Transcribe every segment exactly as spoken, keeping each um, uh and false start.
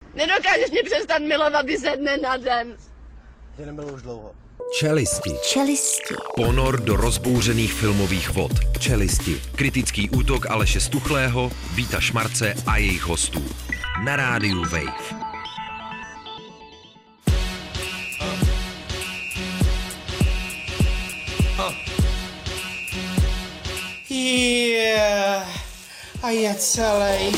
Nedokážeš mě přestat milovat i ze dne na den. Že nebylo už dlouho. Čelisti. Čelisti. Ponor do rozbouřených filmových vod. Čelisti. Kritický útok Aleše Stuchlého, Víta Šmarce a jejich hostů. Na rádiu Wave. Yeah, a je celý.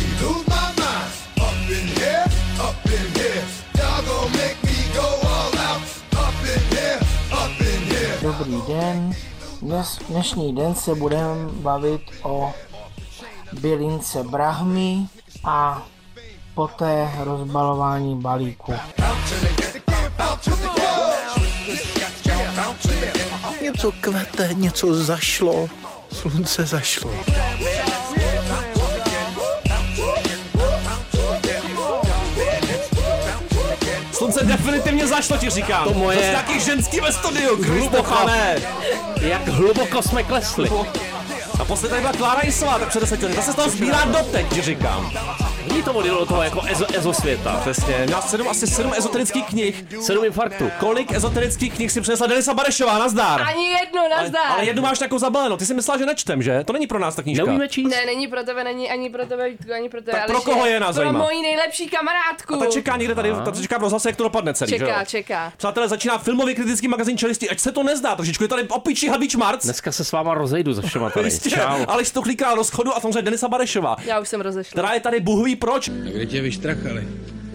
Dobrý den, dnes, dnešní den se budeme bavit o bylince brahmy a poté rozbalování balíku. Něco kvete, něco zašlo, slunce zašlo. Slunce definitivně zašlo, ti říkám. To moje... To je taky ženský ve studiu, hluboko, ne. Jak hluboko jsme klesli. A posledně tady byla Klára Jisová, tak před deseti lety. Ta se z toho sbírá doteď, ti říkám. Ní to odjelo do toho jako ezo, ezo světa. Přesně, měla sedm, asi sedm ezoterických knih. Sedm infarktů. Kolik ezoterických knih si přinesla Denisa Barešová, nazdár. Ani jednu, nazdár. Ale, ale jednu máš takovou zabalenou, ty si myslela, že nečtem, že? To není pro nás ta knížka. Neumíme číst? Ne, není pro tebe, není ani pro tebe, Vítku, ani pro tebe. Tak pro koho je nás Pro zajímá? moji nejlepší kamarádku. A ta čeká někde tady, ta čeká v rozhlase, jak to dopadne celý, Čeká, že jo? čeká. Přátelé, začíná filmový kritický magazín Čelisti, ať se to nezdá, trošičku je tady opičí Hadvíč Marc. Dneska se s váma rozejdu za všema tady. Čau. Ale to klíká rozchodu a samozřejmě Denisa Barešová. Já už jsem rozešla. Která je tady buhví proč? Kde tě vyštrachali?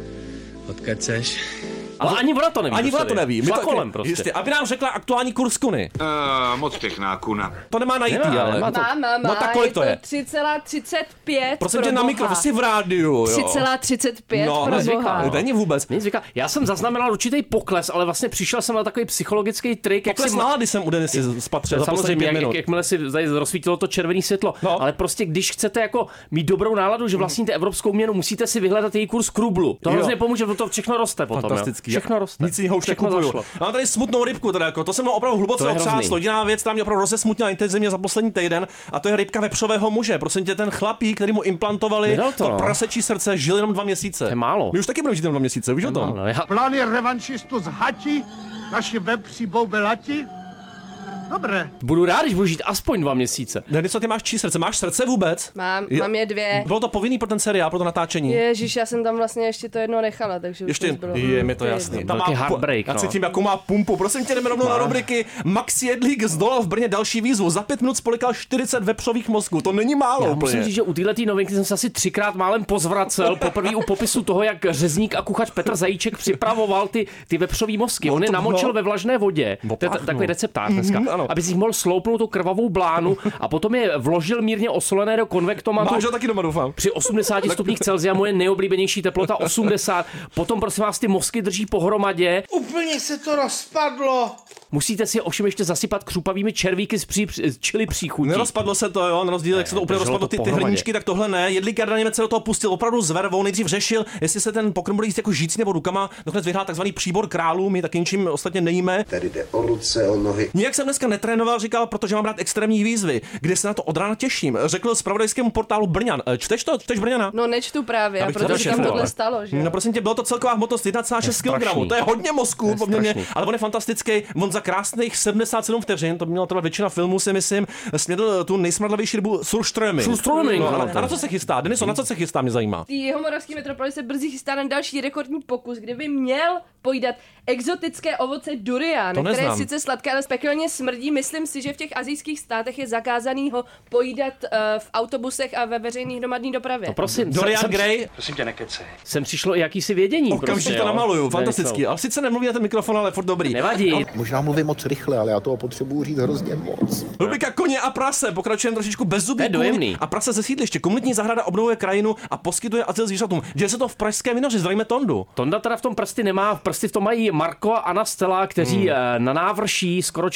Odkud seš? Ale ani ona to neví. Ani ona to neví. Šla to, kolem prostě. Jistě, aby nám řekla aktuální kurz kuny. Uh, moc pěkná kuna. To nemá na jít, Nemá, ale. nemá to. Má, má, má. No tak kolik to je? tři celá třicet pět. Prosím tě na mikrofon, jsi v rádiu, jo. tři celá třicet pět No, pro nezvyká, boha. no. Není vůbec. Nic říká. Já jsem zaznamenal určitý pokles, ale vlastně přišel jsem na takový psychologický trik. Pokles jak si nálady jsem u Denisy spatřil za poslední samozřejmě, pět jak, minut. jakmile si tady rozsvítilo to červené světlo. No. Ale prostě, když chcete jako mít dobrou náladu, že vlastníte evropskou měnu, musíte si vyhledat její kurz k rublu. To hrozně pomůže, protože to všechno roste potom. Fantastický. Jo. Všechno roste. Nic jiného už Všechno nekupuju. zašlo. Mám tady smutnou rybku, teda jako, to se mnou opravdu hluboce To je otřáslo. hrozný. Jediná věc, která mě opravdu rozesmutnila intenzivně za poslední týden, a to je rybka vepřového muže. Prosím tě, ten chlapík, který mu implantovali Nedal to, to no. prasečí srdce, žil jenom dva měsíce. To je málo. My už taky budeme žít jenom dva měsíce, víš o tom? No, já... Plány revanšistu z hati, naši vepři boubelati. Dobré. Budu rád, když budu žít aspoň dva měsíce. Deniso, ty máš čí srdce? Máš srdce vůbec? Mám, mám je dvě. Bylo to povinný pro ten seriál, pro to natáčení? Ježíš, já jsem tam vlastně ještě to jedno nechala, takže už Ještě to bylo. je mi to Hmm, jasný. je Tam Velký má pu- heartbreak, Já no. cítím, jakou má pumpu. Prosím tě, jdeme rovnou na rubriky. Max Jedlík z Dola v Brně další výzvu. Za pět minut spolikal čtyřicet vepřových mozků. To není málo Já úplně. musím říct, že u této novinky jsem se asi třikrát málem pozvracel. Poprvé u popisu toho, jak řezník a kuchař Petr Zajíček připravoval ty, ty vepřový mozky. No On je to- namočil no. ve vlažné vodě. To je t- Opáchnu. takový receptář dneska. Mhm, ano. Aby si jich mohl sloupnout tu krvavou blánu a potom je vložil mírně osolené do konvektomatu. Máš ho taky doma, doufám. Při osmdesáti stupních Celsia, moje nejoblíbenější teplota osmdesát. Potom prosím vás ty mozky drží pohromadě. Úplně se to rozpadlo. Musíte si ovšem ještě zasypat křupavými červíky z pří, čili příchutí. Nerozpadlo se to, jo, na rozdíl, jak se to úplně drželo rozpadlo to ty, ty pohromadě. hrníčky, tak tohle ne. Jedlík Jarda Němec se do toho pustil opravdu s vervou, nejdřív řešil, jestli se ten pokrm bude jíst jako žící nebo rukama. Nakonec vyhrál takzvaný příbor králů, my taky ničím ostatně nejíme. Tady jde o ruce, o nohy. Nijak jsem dneska netrénoval, říkal, protože mám rád extrémní výzvy, kde se na to od rána těším. Řekl zpravodajskému portálu Brňan. Čteš to? Čteš Brňana? No nečtu právě, a Abych to protože tam dešifroval. tohle stalo, že? No prosím tě, bylo to celková hmotnost jedna celá šest kilogramů. To je hodně mozku, poměrně, ale on je fantastický. On za krásných sedmdesát sedm vteřin, to by měla trvat většina filmů, si myslím, smědl tu nejsmradlavější rybu Surströmming. Surströmming, No, no, a, to- a na co se chystá? Deniso, na co se chystá, mě zajímá. Tý jeho moravský metropoli se brzy chystá na další rekordní pokus, kde by měl pojídat exotické ovoce durian, To které je neznám. sice sladké, ale pekelně smrdí. Myslím si, že v těch asijských státech je zakázaný ho pojídat uh, v autobusech a ve veřejných hromadné dopravě. No prosím, Dorian sem, Gray, Prosím tě, nekecej. sem přišlo i jakýsi vědění. okamžitě prostě, to jo. namaluju, Tady fantastický. jsou. Ale sice nemluví na ten mikrofon, ale furt dobrý. Nevadí. Možná mluvím moc rychle, ale já toho potřebuji říct hrozně moc. Rubrika Koně a prase, pokračujeme trošičku bez zubí. To je dojemný. A prase ze sídliště. Komunitní zahrada obnovuje krajinu a poskytuje azyl zvířatům. Děje se to v Pražském Vinoři, zdravíme Tondu. Tonda teda v tom prsty nemá, v prsty v tom mají Marko a Anna Stella, kteří hmm. na návrší skoro čtyři hektáry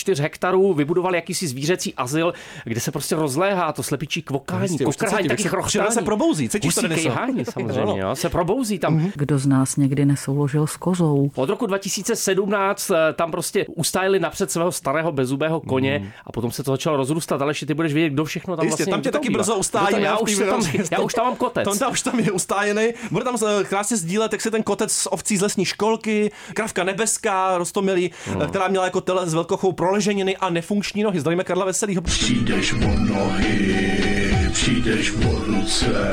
hektarů vybudovali jakýsi zvířecí azyl, kde se prostě rozléhá to slepičí kvokání, kokrhání, taky chrochtání. se probouzí, cítíš to, Deniso? Kejhání, samozřejmě, jo, se probouzí tam. Mm-hmm. Kdo z nás někdy nesouložil s kozou? Od roku dva tisíce sedmnáct tam prostě ustájili napřed svého starého bezzubého koně mm. a potom se to začalo rozrůstat, ale ty budeš vědět, kdo všechno tam Jistě, vlastně tam tě taky brzo ustájí. Já, už tam, já už tam mám kotec. Tam, tam už tam je ustájený. Bude tam krásně sdílet, jak se ten kotec z ovcí z lesní školky, kravka nebeská, roztomilý, mm. která měla jako tele s velkochou proleženiny a nefunkční nohy. Zdravíme Karla Veselýho. Přijdeš o nohy, přijdeš o ruce.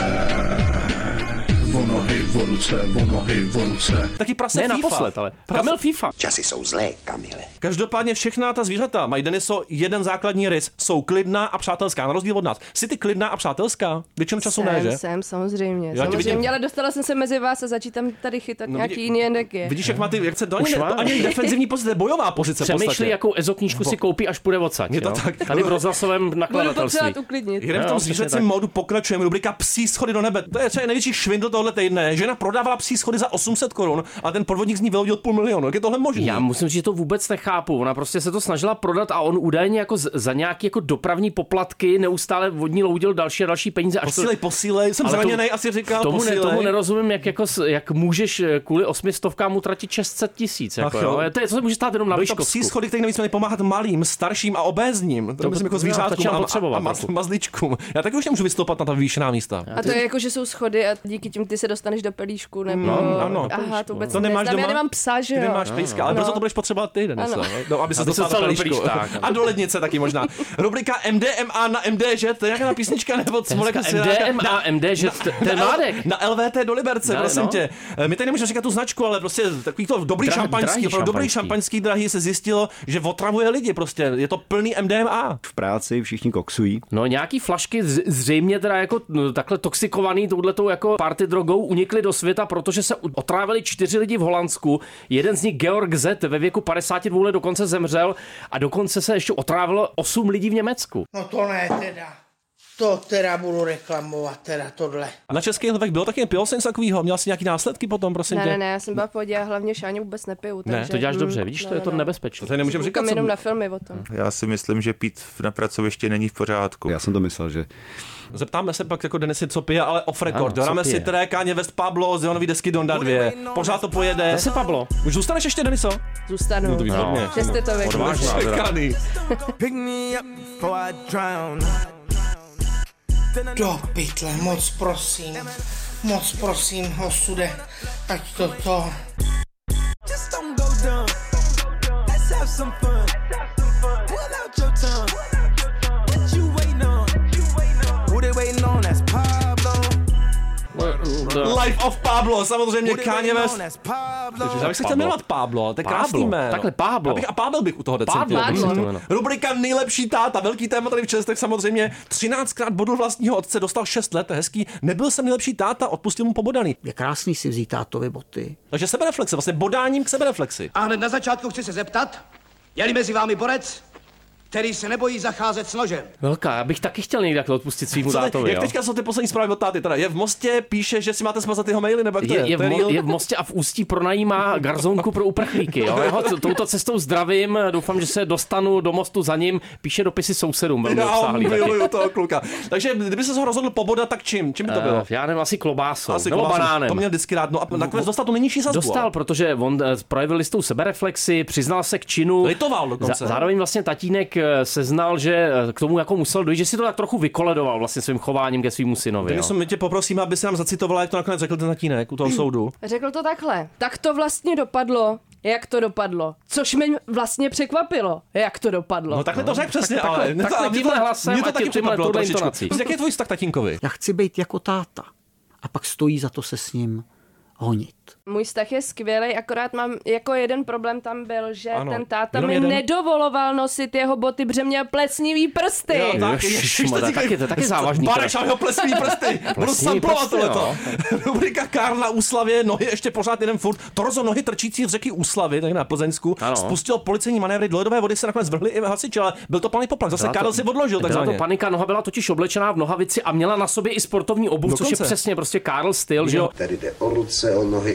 O nohy, o ruce, o nohy, o ruce. Taky prase ne, FIFA. naposled, ale Kamil FIFA. Časy jsou zlé, Kamile. Každopádně všechna ta zvířata mají, Deniso, jeden základní rys. Jsou klidná a přátelská, na rozdíl od nás. Jsi ty klidná a přátelská? Většinu času jsem, ne, že? Jsem, samozřejmě. Já samozřejmě, vidím. ale dostala jsem se mezi vás a začítám tady chytat no, nějaký vidí, jiný energie. Vidíš, jak má ty, jak se to ani, to ani defenzivní pozice, bojová pozice v podstatě. Přemýšlí, jakou ezoknížku si koupí, až půjde odsaď. Je to tak. Tady v rozhlasovém nakladatelství. Jdeme v tom zvířecím módu, pokračujeme. Rubrika Psí schody do nebe. To je třeba největší švindl tohle týdne. Žena prodávala psí schody za osm set korun a ten podvodník z ní vyhodil půl milionu. Jak je tohle možné? Já musím říct, že to vůbec nechápu. Ona prostě se to snažila prodat a on údajně jako z, za nějaké jako dopravní poplatky neustále vodní loudil další a další peníze. Až posílej, to... posílej, jsem zraněnej, asi říkal, tomu, posílej. Ne, tomu nerozumím, jak, jako, jak můžeš kvůli osmi stovkám utratit šest set tisíc. Jako, jo. To, je, to se může stát jenom na výškovsku. Psí schody, které navíc měly pomáhat malým, starším a obézním. To, to myslím jako zvířátkům a, a, a maz, mazličkům. Já taky už nemůžu vystoupat na ta výšená místa. A to je jako, že jsou schody a díky tím ty se dostaneš do pelíšku nebo... No, ano. Aha, to vůbec to nemáš neznám, doma? já nemám psa, že jo? Ty nemáš pejska, ale no. brzo to budeš potřebovat ty, Deniso. No, aby se dostal do pelíšku. A do lednice taky možná. Rubrika M D M A na M D Ž, to je nějaká písnička nebo Smolek M D M A, M D Ž, ten mládek. Na L V T do Liberce, prosím tě. My tady nemůžeme říkat tu značku, ale prostě takový to dobrý Drah, šampaňský, drahý dobrý šampaňský drahý se zjistilo, že otravuje lidi prostě. Je to plný M D M A. V práci všichni koksují. No nějaký flašky zřejmě teda jako no, takhle toxikovaný touhletou jako party drogou unikly do světa, protože se otrávili čtyři lidi v Holandsku. Jeden z nich Georg Z ve věku padesát dvou let dokonce zemřel a dokonce se ještě otrávilo osm lidí v Německu. No to ne teda. To teda budu reklamovat, teda tohle. A na Českých lvech bylo taky pil jsi něco takovýho? Měl jsi nějaký následky potom, prosím ne, tě? Ne, ne, já jsem byla v pohodě a hlavně šáně vůbec nepiju. Takže, ne, to děláš hm, dobře, vidíš, ne, to je to ne. nebezpečné. To nemůžeme říkat. Jenom na filmy o tom. Já si myslím, že pít na pracovišti není v pořádku. Já jsem to myslel, že... Zeptáme se pak jako Denisi, co pije, ale off record. Dáme si teda Káně West Pablo z Jonový desky Donda dvě. Pořád to pojede. Zase Pablo. Už zůstaneš ještě, Deniso? Zůstanu. No to výborně. Že jste to odvážná. Do pytle, moc prosím. Moc prosím, osude. Ať to to... Life of Pablo, samozřejmě Kanye West. Já bych se chtěl jmenovat Pablo, to je krásný jméno. Takhle Pablo. A Pábel bych u toho decentně. Rubrika Nejlepší táta, velký téma tady v Čestech samozřejmě. třináctkrát bodl vlastního otce, dostal šest let, hezký. Nebyl jsem nejlepší táta, odpustil mu pobodaný. Je krásný si vzít tátovi boty. Takže sebereflexe, vlastně bodáním k sebereflexi. A hned na začátku chci se zeptat, je-li mezi vámi borec, který se nebojí zacházet s nožem. Velká, já bych taky chtěl někdy takhle odpustit svýmu tátovi. Jak jo? teďka jsou ty poslední zprávy od táty? Teda je v Mostě, píše, že si máte smazat jeho maily, nebo jak to je? Je, je, to v, je, mo- je v Mostě a v Ústí pronajímá garzonku pro uprchlíky. Jo? Já ho touto cestou zdravím, doufám, že se dostanu do Mostu za ním, píše dopisy sousedům, velmi obsáhlý taky. Miluju toho kluka. Takže kdyby se ho rozhodl pobodat, tak čím? Čím by to bylo? Uh, já nevím, asi klobásou, asi nebo klobásou. banánem. To měl vždycky rád. No a nakonec dostal tu nejnižší sazbu. Dostal, protože on projevil listou sebereflexi, přiznal se k činu. Litoval dokonce. Zároveň vlastně tatínek seznal, že k tomu jako musel dojít, že si to tak trochu vykoledoval vlastně svým chováním ke svému synovi. Takže my tě poprosíme, aby se nám zacitovala, jak to nakonec řekl ten tatínek u toho soudu. Řekl to takhle. Tak to vlastně dopadlo, jak to dopadlo. Což mě vlastně překvapilo, jak to dopadlo. No takhle to řekl přesně, tak, ale takhle, takhle tímhle hlasem mě to a taky tímhle překvapilo touhle trošičku. intonací. Jaký je tvůj vztah tatínkovi? Já chci být jako táta. A pak stojí za to se s ním honit. Můj vztah je skvělý, akorát mám jako jeden problém tam byl, že ano, ten táta mi jeden? nedovoloval nosit jeho boty, protože měl plesnivý prsty. Jo, tak, Ježišmarja, taky, to je taky závažný. Bareš a jeho plesnivý prsty. Budu samplovat tohleto. Rubrika Karl na Úslavě, nohy ještě pořád jeden furt. Torzo nohy trčící z řeky Úslavy, tady na Plzeňsku, ano. Spustil policejní manévry, do ledové vody se nakonec vrhli i hasiči, ale byl to plný poplach. Zase Karl si odložil takzvaně. Byla to panika, noha byla totiž oblečená v nohavici a měla na sobě i sportovní obuv, což je přesně prostě Karl styl, že jo. Tady jde o ruce, o nohy,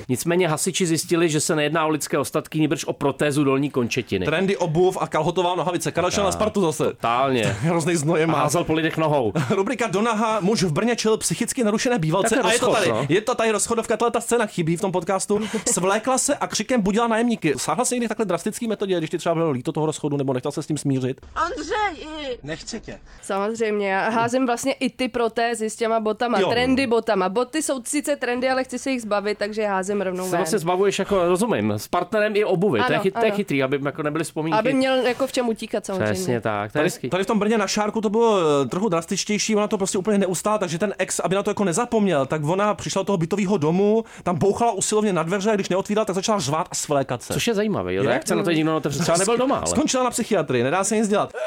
Nicméně hasiči zjistili, že se nejedná o lidské ostatky, nýbrž o protézu dolní končetiny. Trendy, obuv a kalhotová nohavice. Karel šel na Spartu zase. Totálně. Hrozný znojem. A házel po lidech nohou. Rubrika Do naha, muž v Brně čel psychicky narušené bývalce. Je a je to tady. No? Je to tady rozchodovka, tato scéna chybí v tom podcastu. Svlékla se a křikem budila nájemníky. Sáhla se někdy takhle drastický metodě, když ti třeba bylo líto toho rozchodu nebo nechtěl se s tím smířit? Andřej! Nechci tě. Samozřejmě, já házím vlastně i ty protézy s těma botama, Jo. trendy botama. Boty jsou sice trendy, ale chci se jich zbavit, takže házím rovnou Se ven. vlastně zbavuješ jako, rozumím, s partnerem i obuvy. To je, Ano, chyt, to je ano. chytrý, aby jako nebyly vzpomínky. Aby měl jako v čem utíkat samozřejmě. Přesně tak, to je Tady, hezký. tady v tom Brně na Šárku to bylo eh, trochu drastičtější, ona to prostě úplně neustála, takže ten ex, aby na to jako nezapomněl, tak ona přišla do toho bytového domu, tam bouchala usilovně na dveře a když neotvíral, tak začala řvát a svlékat se. Což je zajímavé, jo? Je? Reakce na to nikdo neotevře, třeba nebyl doma, ale. Skončila na psychiatrii, nedá se nic dělat.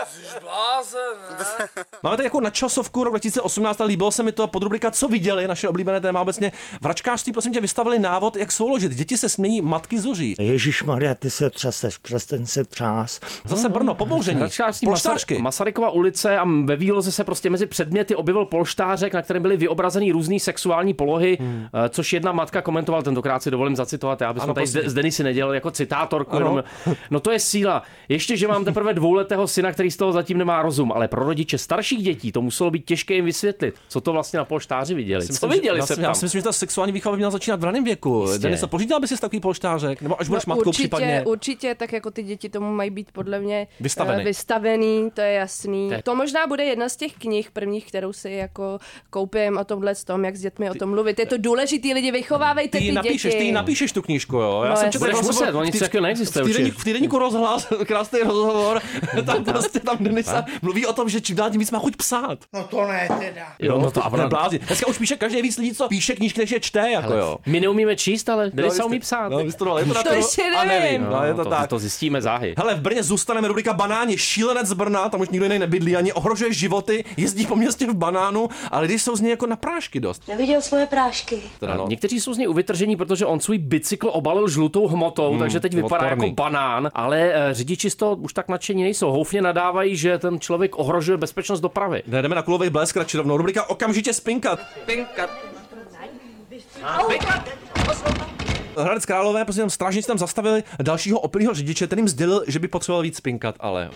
Máme tady jako načasovku rok dva tisíce osmnáct, ale líbilo se mi to podrubrika Co viděli, naše oblíbené téma obecně. V račkářství prosím tě vystavili návod, jak souložit. Děti se smějí, matky zuří. Ježišmarja, ty se třaseš, přestaň se třás. Zase Brno, pobouření. Račkářství Polštářky. Masar- Masarykova ulice a ve výloze se prostě mezi předměty objevil polštářek, na kterém byly vyobrazený různý sexuální polohy, hmm. což jedna matka komentovala, tentokrát si dovolím zacitovat, já bych tady z, z Denisy nedělal jako citátorku, jenom, no to je síla. Ještě, že mám teprve dvouletého syna, který z toho zatím nemá rozum, ale pro rodiče starších dětí to muselo být těžké jim vysvětlit, co to vlastně na polštáři viděli. Co Myslím, viděli já, se si, já si myslím, že ta sexuální výchova by měla začínat v raném věku. Denisa, pořídila by si takový polštářek, nebo až budeš No, matkou určitě, případně. určitě, tak jako ty děti tomu mají být podle mě Vystavený. uh, vystavený, to je jasný. Tak. To možná bude jedna z těch knih prvních, kterou si jako koupím o tomhle s tom, jak s dětmi o tom mluvit. Je to důležitý, lidi, vychovávejte Ty ty ji napíšeš, děti. ty ji napíšeš tu knížku, jo. Já No, jsem jasně. četl Budeš rozhovor, muset, oni v tý- taky neexistuje v týdeníku- určitě. V týdeníku rozhlas, krásný rozhovor, tam prostě tam Denisa mluví o tom, že čím dál tím víc má chuť psát. No to ne teda. Jo, no to a blázi. Dneska už píše každý víc lidí, co píše knížky, než je čte, jako jo. My neumíme číst, ale Denisa jste- umí psát. No, vystudoval, je to, na To ještě a nevím, nevím. no, je to, to, tak. to zjistíme záhy. Hele, v Brně zůstaneme rubrika Banáni. Šílenec z Brna, tam už nikdo jiný nebydlí, ani ohrožuje životy, jezdí po městě v banánu, ale lidi jsou z něj jako na prášky dost. Neviděl svoje prášky. Teda no. Někteří jsou z něj uvytržení, protože on svůj bicykl obalil žlutou hmotou, Hmm, takže teď vypadá odporný. jako banán, ale eh, řidiči z toho už tak nadšení nejsou. Houfně nadávají, že ten člověk ohrožuje bezpečnost dopravy. Jdeme na kulový blesk, radši rovnou. Rubrika Okamžitě spinkat. Pinkat. Hradec Králové, prostě tam strážníci tam zastavili dalšího opilýho řidiče, ten jim sdělil, že by potřeboval víc spinkat, ale...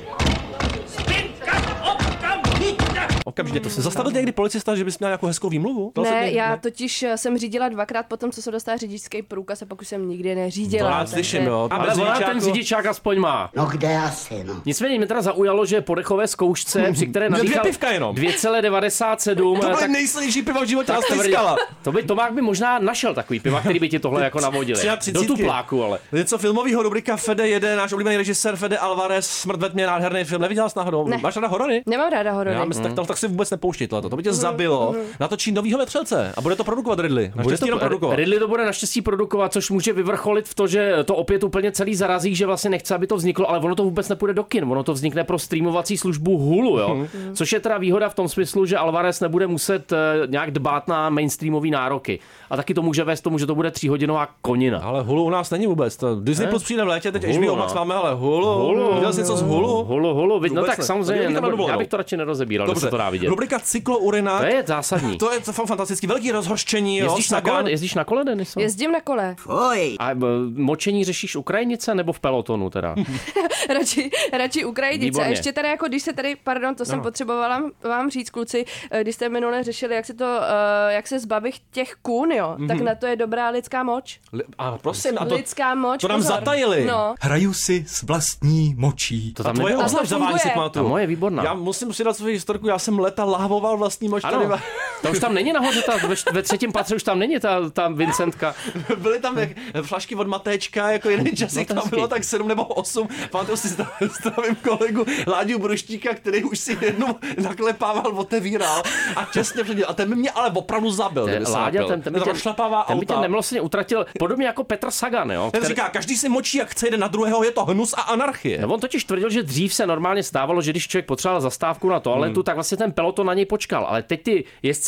Okamžitě to se zastavil někdy policista, že bys měl nějakou hezkou výmluvu? To se Ne, někdy- já totiž jsem řídila dvakrát potom, co jsem dostala řidičský průkaz a pokud jsem nikdy neřídila. To já takže- slyším, jo. Ale Bez ona řidičáku- ten řidičák aspoň má. No kde asi, no. Nicméně mě teda zaujalo, že po dechové zkoušce, při které Měl dvě nadýchal pivka jenom. dvě celá devadesát sedm, To tak, byly nejsilnější piva v životě, tak nás to, stýskala. to by Tomák by možná našel takový piva, který by ti tohle jako navodili. třicátky. Do tupláku, ale. Něco filmového, rubrika Fede jede, náš oblíbený režisér Fede Alvarez, Smrt ve tmě, nádherný film. Neviděla jsi náhodou? Ne. Máš ráda horory? Nemám ráda horory. Já myslím, tak, tam, tak si vůbec nepouštěj tohleto. To by tě zabilo. Natočí novýho Vetřelce a bude to produkovat Ridley. Bude Naštěstí jenom to, produkovat. Ridley to bude naštěstí produkovat, což může vyvrcholit v to, že to opět úplně celý zarazí, že vlastně nechce, aby to vzniklo, ale ono to vůbec nepůjde do kin, ono to vznikne pro streamovací službu Hulu, jo. Což je teda výhoda v tom smyslu, že Alvarez nebude muset uh, nějak dbát na mainstreamové nároky. A taky to může vést tomu, že to bude tříhodinová konina. Ale Hulu u nás není vůbec. To Disney Ne? Plus přijde v létě, teď Hulu, H B O no. Max máme, ale Hulu. Hulu. Viděl jsi něco z Hulu? Hulu, Hulu, vid- no Vůbec tak ne. samozřejmě, Podívej, nebo, tam na já bych to radši nerozebíral, kde se to dá vidět. Rubrika Cyklourina. To je zásadní. To je to fakt fantastický, velký rozhořčení. jo, Jezdíš na Sagan. kole, jezdíš na kole, Deniso? Jezdím na kole. Oj. A e, močení řešíš Ukrajinice nebo v pelotonu teda? radši, radši Ukrajinice. Výborně. A ještě tady, jako když se tady, pardon, to jsem No. potřebovala vám říct, kluci, eh, když jste minule řešili, jak se to, eh, jak se zbavit těch kůn, jo, tak na to je dobrá lidská moč. Li- A prosím, a to, Lidská moč, to nám pozor. zatajili. No. Hraju si s vlastní močí. To A tam tvoje nebylo. obzvlášť to zavání si funguje. pamatuju. A moje výborná. Já musím přidat svou historku, já jsem leta lahvoval vlastní moč tady. Ano, to už tam není nahoře, ta, ve, ve třetím patře už tam není ta, ta Vincentka. Byly tam jak flašky od Matéčka, jako jeden čas, No to tam hezký. bylo tak sedm nebo osm. Pamatuju si, stavím kolegu Láďu Bruštíka, který už si jednou naklepával, otevíral a čestně předěl. A ten by mě ale opravdu zabil. Ten kdyby se Láďa, napil. ten, ten, by to tě, rozšlapává ten by tě auta. nemlostně utratil, podobně jako Petr Sagan, jo? Ten říká, každý si močí, jak chce, jde na druhého, je to hnus a anarchie. No on totiž tvrdil, že dřív se normálně stávalo, že když člověk potřeboval zastávku na toaletu, hmm. tak vlastně ten peloton na něj počkal. Ale teď ty jezdci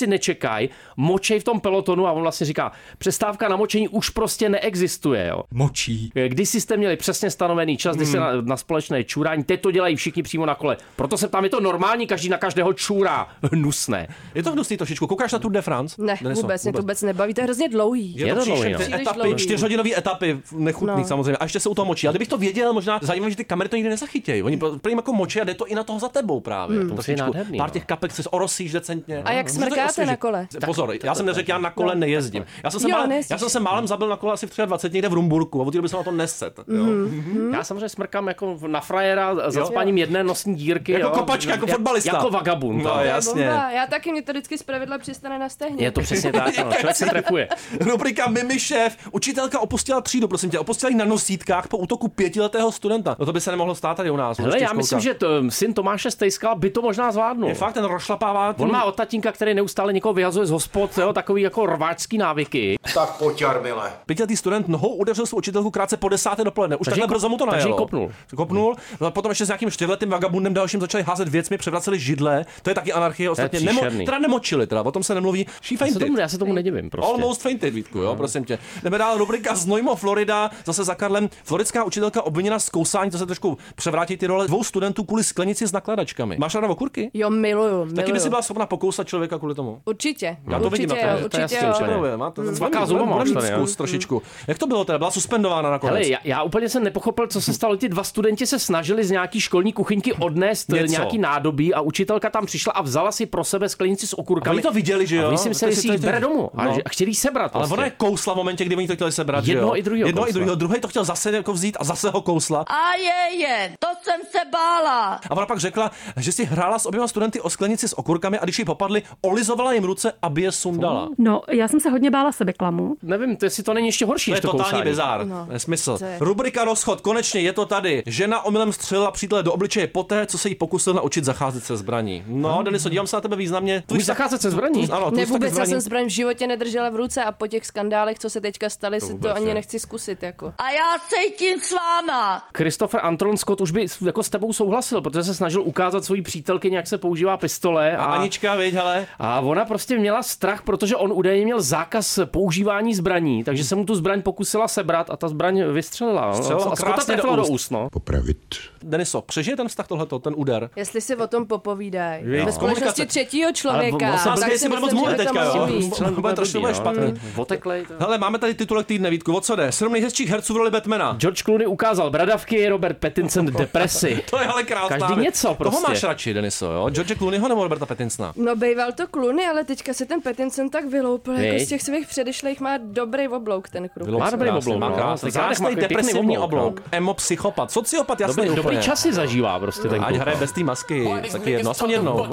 si nečekají, močej v tom pelotonu a on vlastně říká, přestávka na močení už prostě neexistuje. Jo. Močí. Když jste měli přesně stanovený čas, když Hmm. se na, na společné čurání, teď to dělají všichni přímo na kole. Proto se ptám, je to normální, každý na každého čurá. Hnusné. Je to hnusný trošičku. Koukáš na Tour de France? Ne, Deniso, vůbec, mě to vůbec nebaví, to je hrozně dlouhý. Je, je to, to dlouhý, no. etapy, čtyřhodinové etapy, nechutný No. samozřejmě. A ještě se u toho močí. Ale kdybych to věděl, možná zajímavé, že ty kamery to nikdy nezachytějí. Oni prý jako močí a jde to i na toho za tebou právě. Hmm. To To je nádherný, Pár no. těch kapek se orosíš decentně. A jak No. smrkáte na kole? Pozor, já jsem neřekl, já na kole nejezdím. Já jsem se, Jo, málem, nejezdíš. já jsem se málem zabil na kole asi v dvacet tři někde v Rumburku a od té doby jsem na to neset. Mhm. Já samozřejmě smrkám jako na frajera za spáním jedné nosní dírky. Jako jo. kopačka, jako Jak- fotbalista. Jako vagabund. No, ano. jasně. Bomba. Já taky, mě to vždycky zpravidla přistane na stehně. Je to přesně tak, no. Člověk se trefuje. Rubrika Mimi šéf. Učitelka opustila třídu, prosím tě, opustila ji na nosítkách po útoku pětiletého studenta. No to by se nemohlo stát tady u nás. Hele, já myslím, že to, syn Tomáše Stejskala by to možná zvládnul. Je fakt, ten rozšlapává. Ten... On má od tatínka, který neustále někoho vyhazuje z hospod, jo, takový jako rváčský návyky. Tak pojď, Jarmile. Pětiletý student nohou udeřil svou učitelku krátce po desáté dopoledne. Už Takže takhle ji- brzo mu to takže najelo. ji kopnul. Kopnul. No, potom ještě s nějakým čtyřletým vagabundem dalším začali házet věcmi, převraceli židle. To je taky anarchie. Ostatně nemo, příšerný. teda nemočili, teda o tom se nemluví. She Já se fainted. tomu, já se tomu nedivím prostě. Almost fainted, Vítku, jo, prosím tě. Jdeme dál, rubrika Znojmo, Florida, zase za Karlem. Floridská učitelka obviněna z kousání, to se trošku převrátí ty role dvou studentů kvůli sklenici s nakladačkami. Máš ráda okurky? Jo, miluju, miluju. Taky by si byla schopna pokousat člověka kvůli tomu. Určitě. Já to určitě, vidím na jo, to. určitě, jo. Má to Hmm. zvaká zuba máš tady, jo. zkus trošičku. Jak to bylo teda? Byla suspendována nakonec? Hele, já, já úplně jsem nepochopil, co se stalo. Ti dva studenti se snažili z nějaký školní kuchyňky odnést Něco. nějaký nádobí a učitelka tam přišla a vzala si pro sebe sklenici s okurkami. A oni to viděli, že jo? A oni si mysleli, To že si si ji to- bere domů. A, No. že- a chtěli ji sebrat. Ale Prostě. ona je kousla v momentě, kdy oni to chtěli sebrat, že Jednoho jo? i druhýho Jednoho i kousla. druhýho. Druhý to chtěl zase jako vzít a zase ho kousla. A je, je, to jsem se bála. A ona pak řekla, že si hrála s oběma studenty o sklenici s okurkami a když jí popadly, olizovala jim ruce, aby je sundala. No, já jsem se hodně bála sebeklamu. Nevím, to jestli to není ještě horší, To je než to totální kousání. bizár. No. Nesmysl. To je- Rubrika Rozchod, konečně je to tady. Žena omylem střelila přítele do obličeje poté, co se jí pokusil naučit zacházet se zbraní. No, Deniso, dívám se na tebe významně. Tvůj Umíš vztah- zacházet se zbraní? Ano, tvůj Ne, vztah k vůbec, já zbraní. jsem zbraň v životě nedržela v ruce a po těch skandálech, co se teďka staly, se vůbec to ani ne. nechci zkusit, jako. A já cítím s váma. Christopher Anton Scott už by jako s tebou souhlasil, protože se snažil ukázat svojí přítelkyni, jak se používá pistole. A A, Anička, viď, hele. a ona prostě měla strach, protože on údajně měl zákaz používání zbraní, takže se mu tu zbraň pokusila sebrat a ta zbraň vystřelila. no. Střelila A Scotta krásně trefila do do úst. úst. No. Popravit. Deniso, přežije ten vztah tohleto, ten úder? Jestli si o tom popovídají. Jo. Ve Komunikace. společnosti třetího člověka. Ale on se tak blbě si si bude moc myslím, mluvit že by to teďka, mohlo jo. být. Střelil Bude blbý, trošku bude no. špatný. Oteklej to. Hele, máme tady titulek týdne, Vítku, o co jde? Sedm nejhezčích herců v roli Batmana. George Clooney ukázal bradavky, Robert Pattinson depresi. To je ale krásná Každý věc. něco Koho prostě. máš radši, Deniso, jo? George Clooneyho nebo Roberta Pattinsona? No, bejval to Clooney, ale teďka se ten Pattinson tak vyloupil, jako Viď? z těch svých předešlých má dobrý oblouk ten kruk. Má dobrý Krásný, oblouk, má no. krásný, V zádech má krásný pěkný depresivní oblouk, oblouk. Emo psychopat, sociopat, jasný Dobrý, úplně. dobrý časy zažívá prostě ten Ať kluk. hraje bez té masky, taky jedno, aspoň jednou.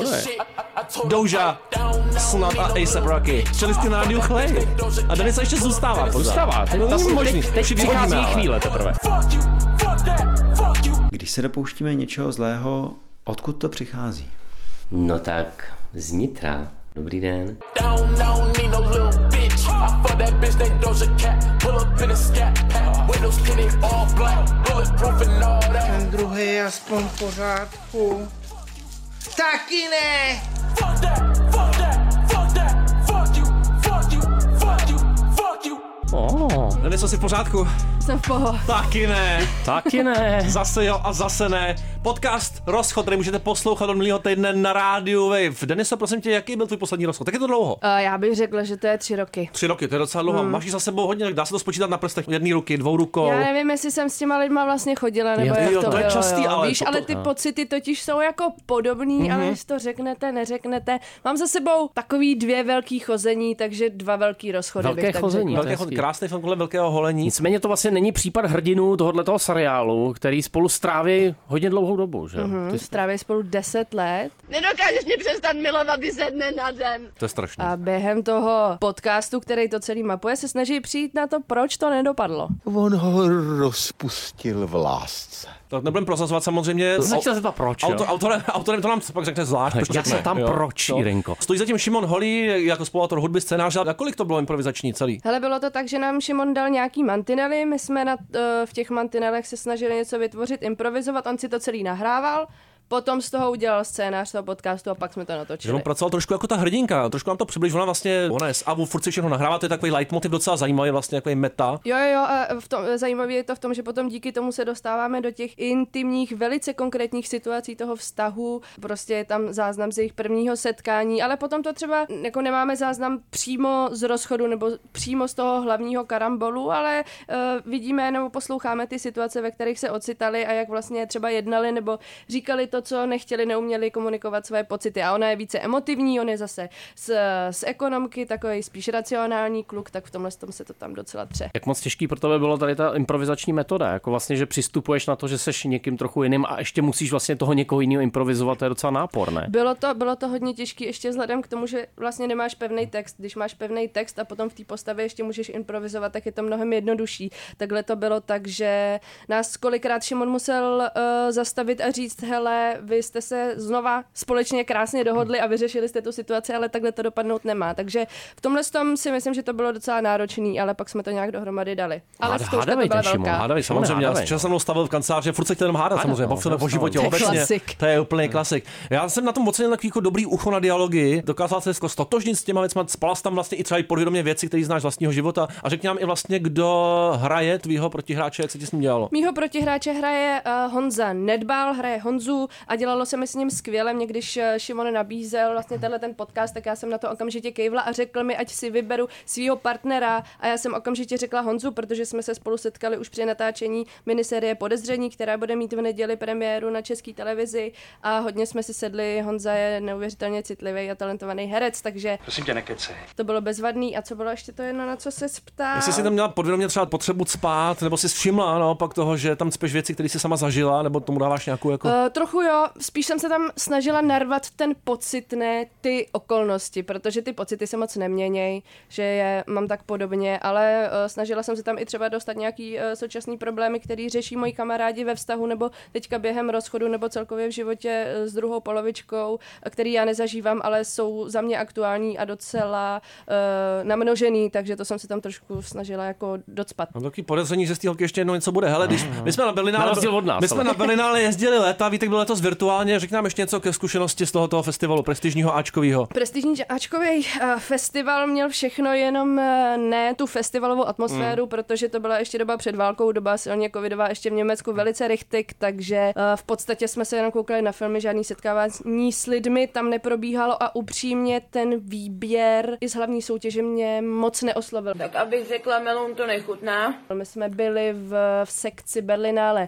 Doja, Snot a A$ej ép Rocky. Čelisti na rádiu Chlej. A Denis ještě zůstává pořád. Zůstává, teď, No, ta, není možný. teď, teď Už ji vyhodíme, přichází ale. chvíle teprve. Když se dopouštíme něčeho zlého, odkud to přichází? No tak, znitra. Dobrý den. Ten druhý je aspoň v pořádku. Taky ne! Oh. Denis, jsi v pořádku? Jsem v poho. Taky ne. Taky ne. Zase jo a zase ne. Podcast Rozchod, který můžete poslouchat od minulého týdne na rádiu Wave. Deniso, prosím tě, jaký byl tvůj poslední rozchod? Tak je to dlouho? Uh, já bych řekla, že to je tři roky. Tři roky, to je docela dlouho. Hmm. Máš ji za sebou hodně, tak dá se to spočítat na prstech jedné ruky, dvou rukou. Já nevím, jestli jsem s těma lidma vlastně chodila, nebo Jo, jak jo, to to je bylo, častý, jo. ale Víš, to- ale to- ty no. pocity totiž jsou jako podobný, Mhm. ale jestli to řeknete, neřeknete. Mám za sebou takový dvě velký chození, takže dva velký rozchody. Velké bych tak chození. řekla. Velké chod, krásný film kolem velkého holení. Nicméně to vlastně není případ hrdinů tohoto seriálu, který spolu stráví hodně dlouhou dobu, že? Mhm, Ty- Stráví spolu deset let Nedokážeš mě přestat milovat i ze dne na den. To je strašné. a během toho podcastu, který to celý mapuje, se snaží přijít na to, proč to nedopadlo. On ho rozpustil v lásce. To nebudeme prosazovat samozřejmě. To jsem chtěl zeptat proč, jo? Auto, autorem, autorem to nám pak řekne zvlášť. proč to Já se řekne, tam jo. proč, Jo. Jirenko? Stojí zatím Šimon Holý jako spoluautor hudby, scénáře. A kolik to bylo improvizační celý? Hele, bylo to tak, že nám Šimon dal nějaký mantinely, my jsme na, uh, v těch mantinelech se snažili něco vytvořit, improvizovat, on si to celý nahrával, potom z toho udělal scénář toho podcastu a pak jsme to natočili. Že on pracoval trošku jako ta hrdinka, trošku nám to přibližila vlastně, ona je z Avu, furt si všechno nahrává, to je takový leitmotiv docela zajímavý, vlastně takový meta. Jo, jo, a v tom, zajímavé je to v tom, že potom díky tomu se dostáváme do těch intimních, velice konkrétních situací toho vztahu, prostě je tam záznam z jejich prvního setkání, ale potom to třeba jako nemáme záznam přímo z rozchodu nebo přímo z toho hlavního karambolu, ale uh, vidíme nebo posloucháme ty situace, ve kterých se ocitali a jak vlastně třeba jednali nebo říkali to, co nechtěli, neuměli komunikovat své pocity. A ona je více emotivní, on je zase z, z ekonomky, takový spíš racionální kluk, tak v tomhle tom se to tam docela tře. Jak moc těžký pro tebe bylo tady ta improvizační metoda? Jako vlastně, že přistupuješ na to, že seš někým trochu jiným a ještě musíš vlastně toho někoho jiného improvizovat, to je docela náporné. Bylo to, bylo to hodně těžké ještě vzhledem k tomu, že vlastně nemáš pevný text. Když máš pevný text a potom v té postavě ještě můžeš improvizovat, tak je to mnohem jednodušší. Takhle to bylo tak, že nás kolikrát Šimon musel uh, zastavit a říct, hele, vy jste se znova společně krásně dohodli a vyřešili jste tu situaci, ale takhle to dopadnout nemá. Takže v tomhle tom si myslím, že to bylo docela náročný, ale pak jsme to nějak dohromady dali. Ale zkouška to byla velká. Hádavej, samozřejmě. Já jsem se mnou stavil v kanceláři, furt se chtěl jenom hádat, Hádat, samozřejmě, no, po filmu, po no, životě to je obecně. Klasik. To je úplný klasik. Já jsem na tom ocenil takový jako dobrý ucho na dialogy, dokázal se jako stotožnit s těma věcmi, spala tam vlastně i třeba i podvědomě věci, které znáš z vlastního života a řekni nám i vlastně, kdo hraje tvýho protihráče, jak se ti s ním dělalo. Mýho protihráče hraje uh, Honza Nedbal, hraje Honzu a dělalo se mi s ním skvěle. Mě když uh, Šimon nabízel vlastně tenhle ten podcast, tak já jsem na to okamžitě kejvla a řekl mi, ať si vyberu svého partnera a já jsem okamžitě řekla Honzu, protože jsme se spolu setkali už při natáčení minisérie Podezření, která bude mít v neděli premiéru na České televizi a hodně jsme si sedli. Honza je neuvěřitelně citlivý a talentovaný herec, takže Prosím tě, nekecej. To bylo bezvadný. A co bylo ještě to jedno, na co se ptá? Jestli jsi tam měla podvědomě třeba potřebu spát, nebo jsi všimla naopak toho, že tam cpeš věci, které jsi sama zažila, nebo tomu dáváš nějakou jako... Uh, trochu jo, spíš jsem se tam snažila narvat ten pocit, ne ty okolnosti, protože ty pocity se moc neměněj, že je mám tak podobně, ale uh, snažila jsem se tam i třeba dostat nějaký uh, současný problémy, který řeší moji kamarádi ve vztahu, nebo teďka během rozchodu, nebo celkově v životě uh, s druhou polovičkou, uh, který já nezažívám, ale jsou za mě aktuální a docela uh, namnožený, takže to jsem se tam trošku snažila jako docpat. Mám takový podezření, že z té holky ještě jednou něco bude. Hele, když my jsme na Berlinále, na od nás, my jsme na Berlinále jezdili léta, Vítek byl letos virtuálně, řekni nám ještě něco ke zkušenosti z tohoto festivalu prestižního Ačkovýho. Prestižní Ačkový uh, festival měl všechno, jenom uh, ne tu festivalovou atmosféru, mm. protože to byla ještě doba před válkou, doba silně covidová, ještě v Německu velice richtig, takže uh, v podstatě jsme se jenom koukali na filmy, žádný setkávání s lidmi tam neprobíhalo a upřímně ten výběr i z hlavní soutěže mě moc neoslovil. Tak abych řekla, meloun to nechutná. My jsme byli v, v sekci Berlinále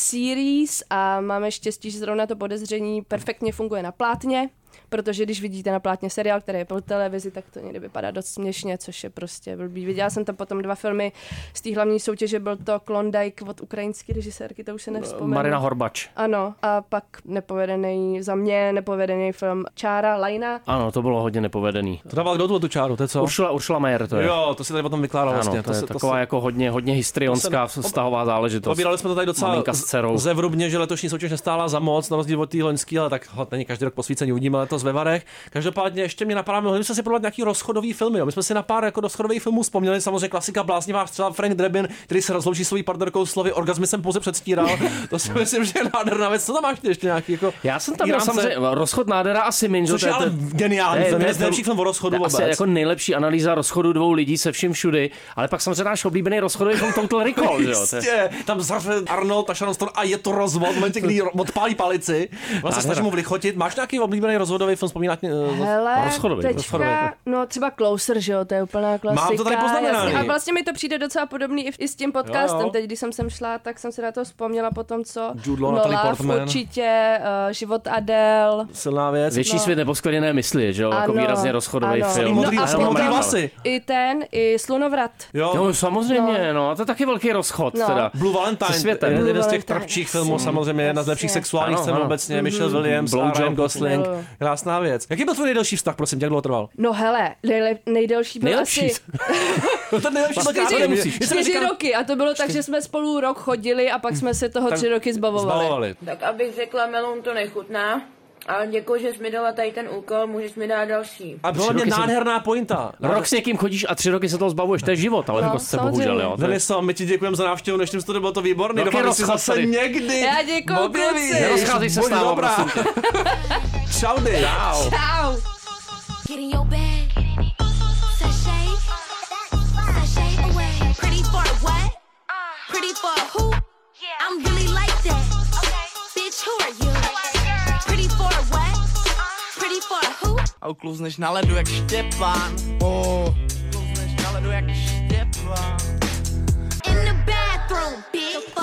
Series a máme štěstí, že zrovna to Podezření perfektně funguje na plátně. Protože když vidíte na plátně seriál, který je po televizi, tak to někdy vypadá dost směšně, což je prostě blbý. Viděla jsem tam potom dva filmy z té hlavní soutěže, byl to Klondike od ukrajinské režisérky, to už se nevzpomenu. Marina Horbač. Ano, a pak nepovedený, za mě nepovedený film Čára Lajna. Ano, to bylo hodně nepovedený. To dával kdo tu, tu čáru, to je co? Ursula, Ursula Mayer to je. Jo, to si tady potom vykládal ano, vlastně. To, to je se, taková to jako hodně, hodně histrionská se, vztahová záležitost. Pobírali jsme to tady docela zevrubně, že letošní soutěž nestála za moc, na rozdíl od té loňské, ale tak hod, není každý rok posvícení, uvidíme letos ve Varech. Každopádně ještě mě napadá, mohli jsme si probovat nějaký rozchodový filmy. Jo. My jsme si na pár jako rozchodových filmů vzpomněli, samozřejmě klasika bláznivá střela Frank Drebin, který se rozloučí svojí partnerkou slovy orgazmy jsem pouze předstíral. To si myslím, že je nádherná věc. Co tam máš ty ještě nějaký jako Já jsem tam měl samozřejmě rozchod Nádhera a Simin, což je ale geniální. To je nejlepší film o rozchodu vůbec. Asi jako nejlepší analýza rozchodu dvou lidí se vším všudy, ale pak samozřejmě náš oblíbený rozchodový film Total Recall, jo. Jistě, tam zařve Arnold a Sharon Stone a je to rozvod, v momentě, kdy odpálí palici. Vlastně snaží mu vychotit. Máš nějaký oblíbený rozhodový film, vzpomínat rozchodový, teďka, rozchodový. No třeba Closer, že jo, to je úplná klasika. Mám to tady poznamenaný. A vlastně mi to přijde docela podobný i, i s tím podcastem. Jo, jo. Teď, když jsem sem šla, tak jsem si na to vzpomněla potom, co Jude Law, Natalie Portman. Určitě, uh, Život Adele. Silná věc. Větší no. svět neposkvrněné mysli, že jo, jako výrazně rozchodový ano. film. Modrý, no a modrý vlasy. I ten, i Slunovrat. Jo, jo samozřejmě, no. no. A to je taky velký rozchod no. teda. Blue Valentine, jeden z těch trapčích filmů, samozřejmě jedna z lepších sexuálních scén obecně. Michelle Williams, Ryan Gosling. Krásná věc. Jaký byl tvůj nejdelší vztah, prosím, jak dlouho trval? No hele, nejlep, nejdelší byl nejlepší. asi... no ten nejlepší byl čtyři, čtyři roky a to bylo tak, že jsme spolu rok chodili a pak jsme se toho tři roky zbavovali. Tak abych řekla, meloun to nechutná. Ale děkuji, že jsi mi dala tady ten úkol, můžeš mi dát další. A byla mě nádherná pointa. Rok s někým chodíš a tři roky se toho zbavuješ, to je život, ale No, jako se samozřejmě. bohužel, jo. Deniso, my ti děkujeme za návštěvu, než to bylo to výborný. Velký Doufám, že si rozchod zase tady. někdy Já děkuju, kluci. Nerozcházej se s náma, dobrá. prosím tě. Čaudy. Čau. Čau. Get in your bag. Sashay. Sashay away. Pretty for what? Pretty for who? I'm really like that. Bitch, who are you? Pretty for what? Pretty for who? A ukluzneš na ledu jak Štěpán. Oh. Ukluzneš na ledu jak Štěpán. In the bathroom, bitch.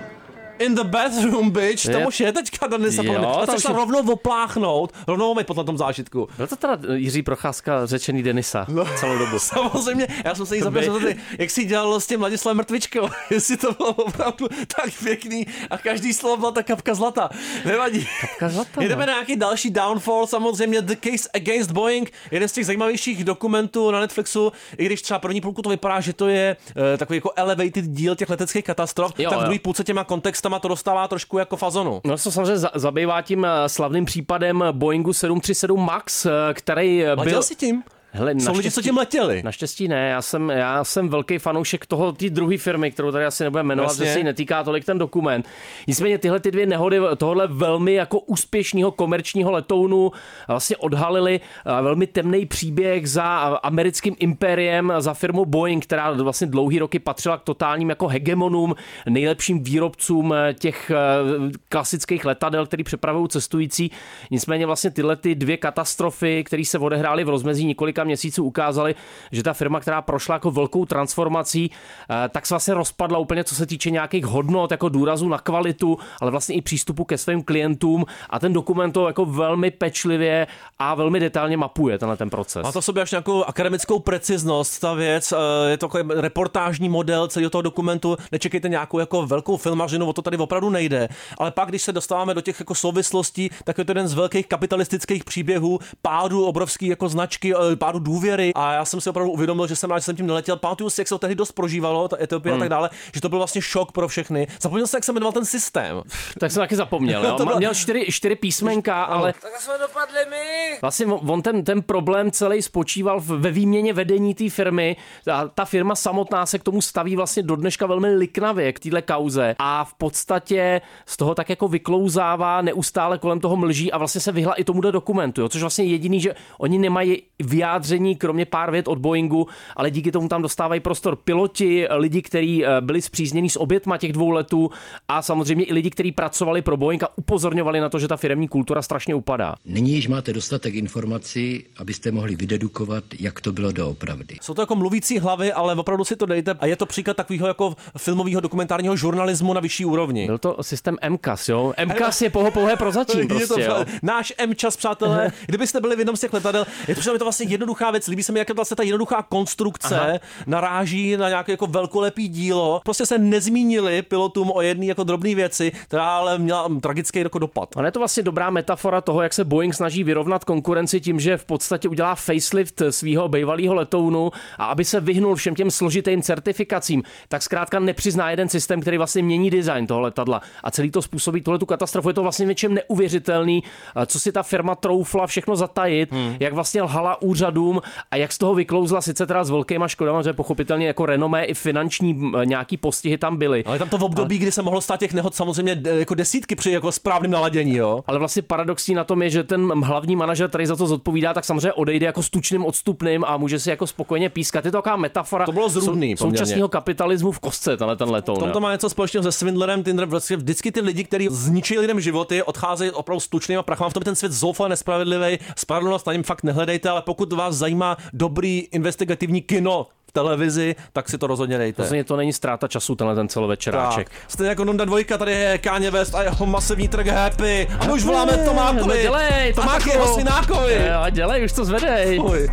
In the bathroom, bitch, to Je- už je teďka Denisa. Jo, A tam se si- rovnou opláchnout, rovnou mít po tom zážitku. Byl to teda Jiří Procházka řečený Denisa celou dobu. Samozřejmě, já jsem se jí To by- zapěl, jak jsi dělal s tím Ladislavem Mrtvičkou, jestli to bylo opravdu tak pěkný a každý slovo byla ta kapka zlata. Nevadí. Kapka zlata, Jdeme no. na nějaký další downfall, samozřejmě The Case Against Boeing, jeden z těch zajímavějších dokumentů na Netflixu, i když třeba první půlku to vypadá, že to je uh, takový jako elevated díl těch leteckých katastrof, Jo, tak v jo. druhé půlce těma kontextama to dostává trošku jako fazonu. No to samozřejmě za- zabývá tím eh, slavným případem Boeingu sedm tři sedm Max, eh, který eh, Letěl byl... jsi tím? Hele, Jsou lidi, co tím letěli? Naštěstí ne, já jsem, já jsem velký fanoušek toho, té druhé firmy, kterou tady asi nebudeme jmenovat, Jasně. že se jí netýká tolik ten dokument. Nicméně tyhle ty dvě nehody tohohle velmi jako úspěšného komerčního letounu vlastně odhalili eh, velmi temný příběh za americkým impériem, za firmou Boeing, která vlastně dlouhý roky patřila k totálním jako hegemonům, nejlepším výrobcům eh, těch eh, klasických letadel, který přepravují cestující. Nicméně vlastně tyhle ty dvě katastrofy, které se odehrály v rozmezí několika měsíců, ukázaly, že ta firma, která prošla jako velkou transformací, eh, tak se vlastně rozpadla úplně, co se týče nějakých hodnot, jako důrazu na kvalitu, ale vlastně i přístupu ke svým klientům, a ten dokument to jako velmi pečlivě a velmi detailně mapuje tenhle ten proces. Má to v sobě až nějakou akademickou preciznost, ta věc, je to takový reportážní model celého toho dokumentu, nečekejte nějakou jako velkou filmařinu, o to tady opravdu nejde, ale pak, když se dostáváme do těch jako souvislostí, tak je to jeden z velkých kapitalistických příběhů, pádu obrovský jako značky, pádu důvěry, a já jsem si opravdu uvědomil, že jsem rád, že jsem tím neletěl. Pamatuju si, jak se to tehdy dost prožívalo, ta Etiopie Hmm. a tak dále, že to byl vlastně šok pro všechny. Zapomněl jsem, jak se jmenoval ten systém. Tak jsem taky zapomněl, jo. To bylo- Měl čtyři, čtyři písmenka, ale Tak jsme dopadli my. vlastně on ten, ten problém celý spočíval v- ve výměně vedení té firmy. A ta firma samotná se k tomu staví vlastně do dneška velmi liknavě k téhle kauze a v podstatě z toho tak jako vyklouzává, neustále kolem toho mlží a vlastně se vyhla i tomuhle dokumentu, jo, což vlastně je jediný, že oni nemají vyjádření kromě pár vět od Boeingu, ale díky tomu tam dostávají prostor piloti, lidi, kteří eh, byli spříznění s obětma těch dvou letů, a samozřejmě i lidi, kteří pracovali pro Boeing a upozorňovali na to, že ta firemní kultura strašně upadá. Nyní již máte dostatek informací, abyste mohli vydedukovat, jak to bylo doopravdy. Jsou to jako mluvící hlavy, ale opravdu si to dejte, a je to příklad takového jako filmového dokumentárního žurnalismu na vyšší úrovni. Byl to systém M C A S, jo? M C A S je poho pouhé prozatím Je to prostě, jo? náš M-čas, přátelé. Kdybyste byli v jednom z těch letadel, je to, je to vlastně jednoduchá věc. Líbí se mi, jak vlastně ta jednoduchá konstrukce Aha. naráží na nějaké jako velkolepý dílo. Prostě se nezmínili pilotům o jedné jako drobné věci, která ale měla tragický jako dopad. Ale je to vlastně dobrá metafora toho, jak se Boeing snaží vyrovnat konkurenci tím, že v podstatě udělá facelift svého bývalého letounu, a aby se vyhnul všem těm složitým certifikacím, tak zkrátka nepřizná jeden systém, který vlastně mění design toho letadla. A celý to způsobí tuhletu katastrofu. Je to vlastně něčem neuvěřitelný, co si ta firma troufla všechno zatajit, hmm. jak vlastně lhala úřadům a jak z toho vyklouzla, sice teda s velkýma škodama, že pochopitelně jako renomé i finanční nějaký postihy tam byly. Ale tam to v období, ale... kdy se mohlo stát těch nehod samozřejmě jako desítky při jako správným naladění, jo. Ale vlastně paradoxní na tom je, že ten hlavní manažer, který za to zodpovídá, tak samozřejmě odejde jako s tučným odstupným a může si jako spokojeně pískat. Je to taková metafora to bylo zrůdný, sou, současného kapitalismu v kostce, tenhle ten letoun. V tom to má něco společného se Swindlerem, Tinder, vlastně vždycky ty lidi, kteří zničí lidem životy, odcházejí opravdu s tučnýma prachama. V tom ten svět zoufale nespravedlivý, spravedlnost na něm fakt nehledejte, ale pokud vás zajímá dobrý investigativní kino v televizi, tak si to rozhodně dejte. Rozhodně to není ztráta času, tenhle ten celovečeráček. Stejně jako Nonda dvojka, tady je Kanye West a jeho masivní track Happy. A my už voláme Tomákovi. No dělej, Tomáku. A taky Svinákovi. A dělej, už to zvedej. Uj.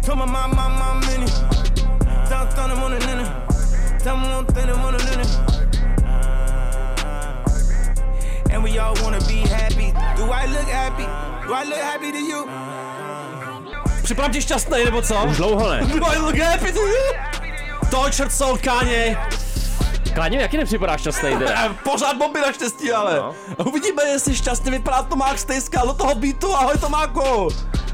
And we all wanna be happy. Do I look happy? Do I look happy to you? Připadám ti šťastnej, nebo co? Už dlouho ne. Do I look happy to you? Tortured Soul, Kanye. Kláňo, jaký nepřipadáš šťastnej teda? Pořád bomby naštěstí, ale. No. Uvidíme, jestli šťastně vypadá Tomák Stejska do toho beatu. Ahoj Tomáku.